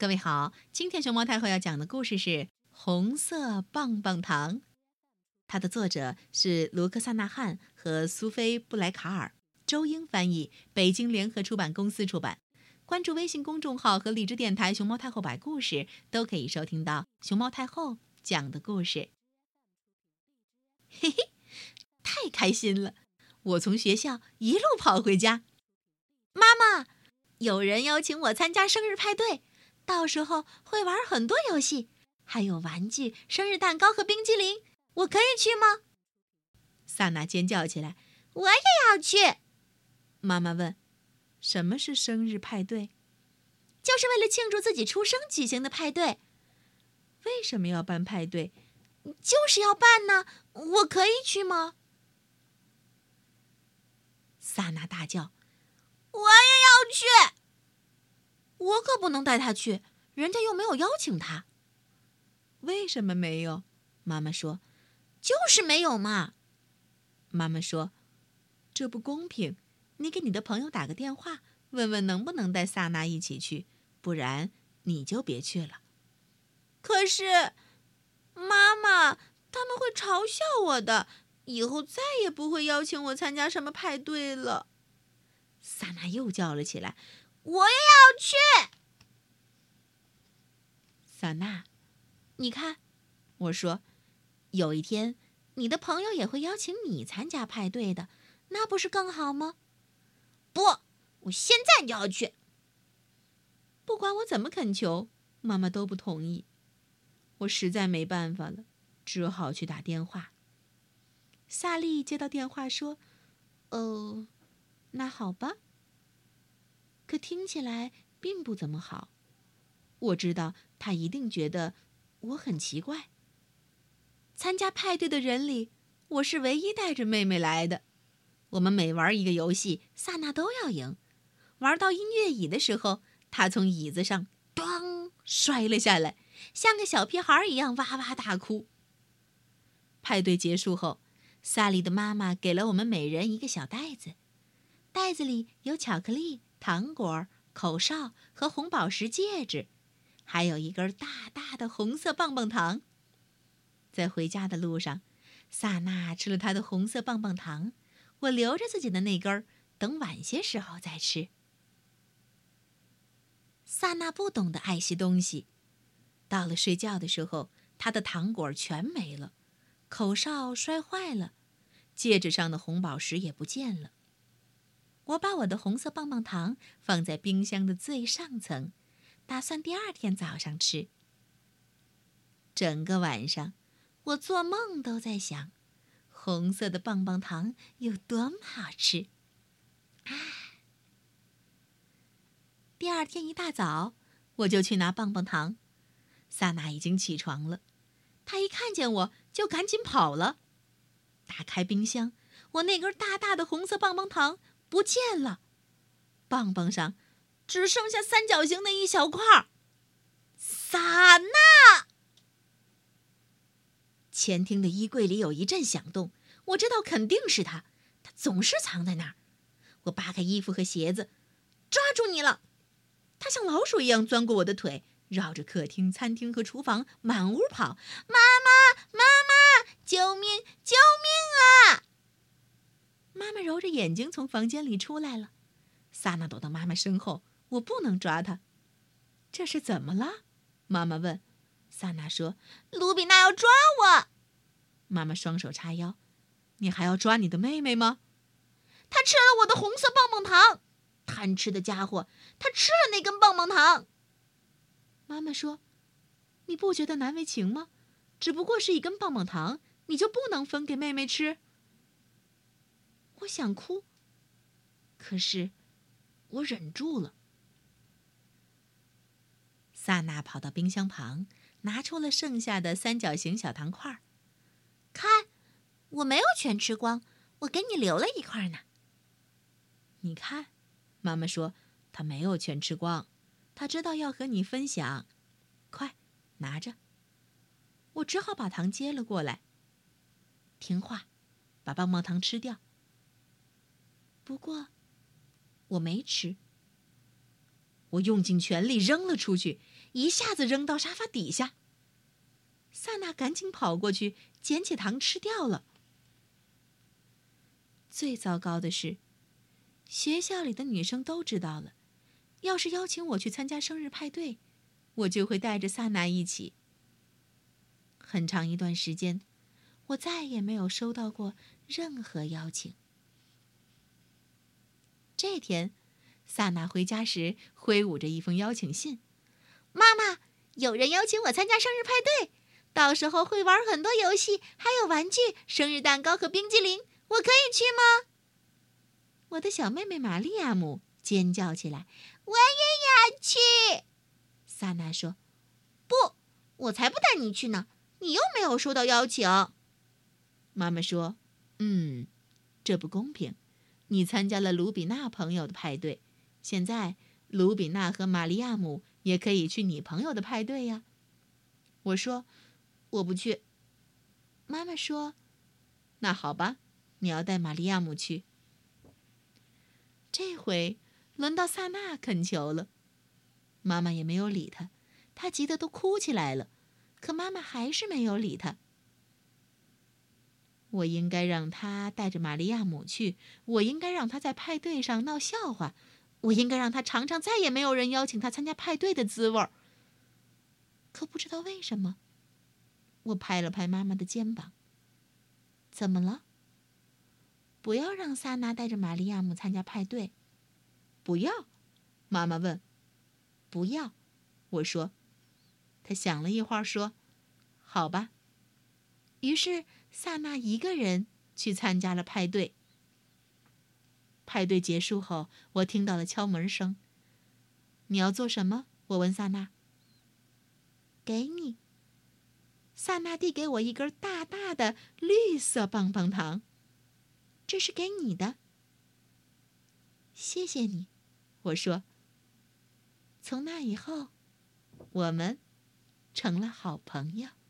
各位好，今天熊猫太后要讲的故事是《红色棒棒糖》，它的作者是卢克·萨纳汉和苏菲·布莱卡尔，周英翻译，北京联合出版公司出版。关注微信公众号和荔枝电台熊猫太后摆故事，都可以收听到熊猫太后讲的故事。嘿嘿，太开心了！我从学校一路跑回家，妈妈，有人邀请我参加生日派对，到时候会玩很多游戏，还有玩具、生日蛋糕和冰激凌，我可以去吗？萨娜尖叫起来，我也要去！妈妈问，什么是生日派对？就是为了庆祝自己出生举行的派对。为什么要办派对？就是要办呢，我可以去吗？萨娜大叫，我也要去！我可不能带他去，人家又没有邀请他。为什么没有？妈妈说，就是没有嘛。妈妈说，这不公平，你给你的朋友打个电话，问问能不能带萨娜一起去，不然你就别去了。可是，妈妈，他们会嘲笑我的，以后再也不会邀请我参加什么派对了。萨娜又叫了起来，我也要去！萨娜，你看，我说，有一天你的朋友也会邀请你参加派对的，那不是更好吗？不，我现在就要去。不管我怎么恳求，妈妈都不同意。我实在没办法了，只好去打电话。萨莉接到电话说，那好吧。可听起来并不怎么好。我知道他一定觉得我很奇怪。参加派对的人里，我是唯一带着妹妹来的。我们每玩一个游戏，萨娜都要赢。玩到音乐椅的时候，她从椅子上咚摔了下来，像个小屁孩一样哇哇大哭。派对结束后，萨莉的妈妈给了我们每人一个小袋子，袋子里有巧克力、糖果、口哨和红宝石戒指，还有一根大大的红色棒棒糖。在回家的路上，萨娜吃了她的红色棒棒糖，我留着自己的那根，等晚些时候再吃。萨娜不懂得爱惜东西，到了睡觉的时候，她的糖果全没了，口哨摔坏了，戒指上的红宝石也不见了。我把我的红色棒棒糖放在冰箱的最上层，打算第二天早上吃。整个晚上，我做梦都在想，红色的棒棒糖有多么好吃。第二天一大早，我就去拿棒棒糖。萨娜已经起床了，她一看见我就赶紧跑了。打开冰箱，我那根大大的红色棒棒糖不见了，棒棒上只剩下三角形的一小块。萨娜！前厅的衣柜里有一阵响动，我知道肯定是他，他总是藏在那儿。我扒开衣服和鞋子，抓住你了！他像老鼠一样钻过我的腿，绕着客厅、餐厅和厨房满屋跑。妈妈，妈妈，救命，救命啊！妈妈揉着眼睛从房间里出来了。萨娜躲到妈妈身后，我不能抓她。这是怎么了？妈妈问。萨娜说，卢比娜要抓我。妈妈双手叉腰，你还要抓你的妹妹吗？她吃了我的红色棒棒糖，贪吃的家伙，她吃了那根棒棒糖。妈妈说，你不觉得难为情吗？只不过是一根棒棒糖，你就不能分给妹妹吃？我想哭，可是我忍住了。萨娜跑到冰箱旁，拿出了剩下的三角形小糖块。看，我没有全吃光，我给你留了一块呢。你看，妈妈说，她没有全吃光，她知道要和你分享。快，拿着。我只好把糖接了过来。听话，把棒棒糖吃掉。不过，我没吃。 我用尽全力扔了出去，一下子扔到沙发底下。萨娜赶紧跑过去捡起糖吃掉了。最糟糕的是，学校里的女生都知道了，要是邀请我去参加生日派对，我就会带着萨娜一起。很长一段时间，我再也没有收到过任何邀请。这天，萨娜回家时挥舞着一封邀请信：“妈妈，有人邀请我参加生日派对，到时候会玩很多游戏，还有玩具、生日蛋糕和冰激凌，我可以去吗？”我的小妹妹玛利亚姆尖叫起来：“我也要去！”萨娜说：“不，我才不带你去呢，你又没有收到邀请。”妈妈说：“这不公平。你参加了卢比娜朋友的派对，现在卢比娜和玛利亚姆也可以去你朋友的派对呀。”我说：“我不去。”妈妈说：“那好吧，你要带玛利亚姆去。”这回轮到萨娜恳求了，妈妈也没有理她，她急得都哭起来了，可妈妈还是没有理她。我应该让她带着玛利亚姆去，我应该让她在派对上闹笑话，我应该让她尝尝再也没有人邀请她参加派对的滋味儿。可不知道为什么，我拍了拍妈妈的肩膀：“怎么了？不要让萨娜带着玛利亚姆参加派对。”“不要？”妈妈问。“不要。”我说。她想了一会儿说：“好吧。”于是萨娜一个人去参加了派对。派对结束后，我听到了敲门声。“你要做什么？”我问萨娜。“给你。”萨娜递给我一根大大的绿色棒棒糖。“这是给你的。”“谢谢你。”我说。从那以后，我们成了好朋友。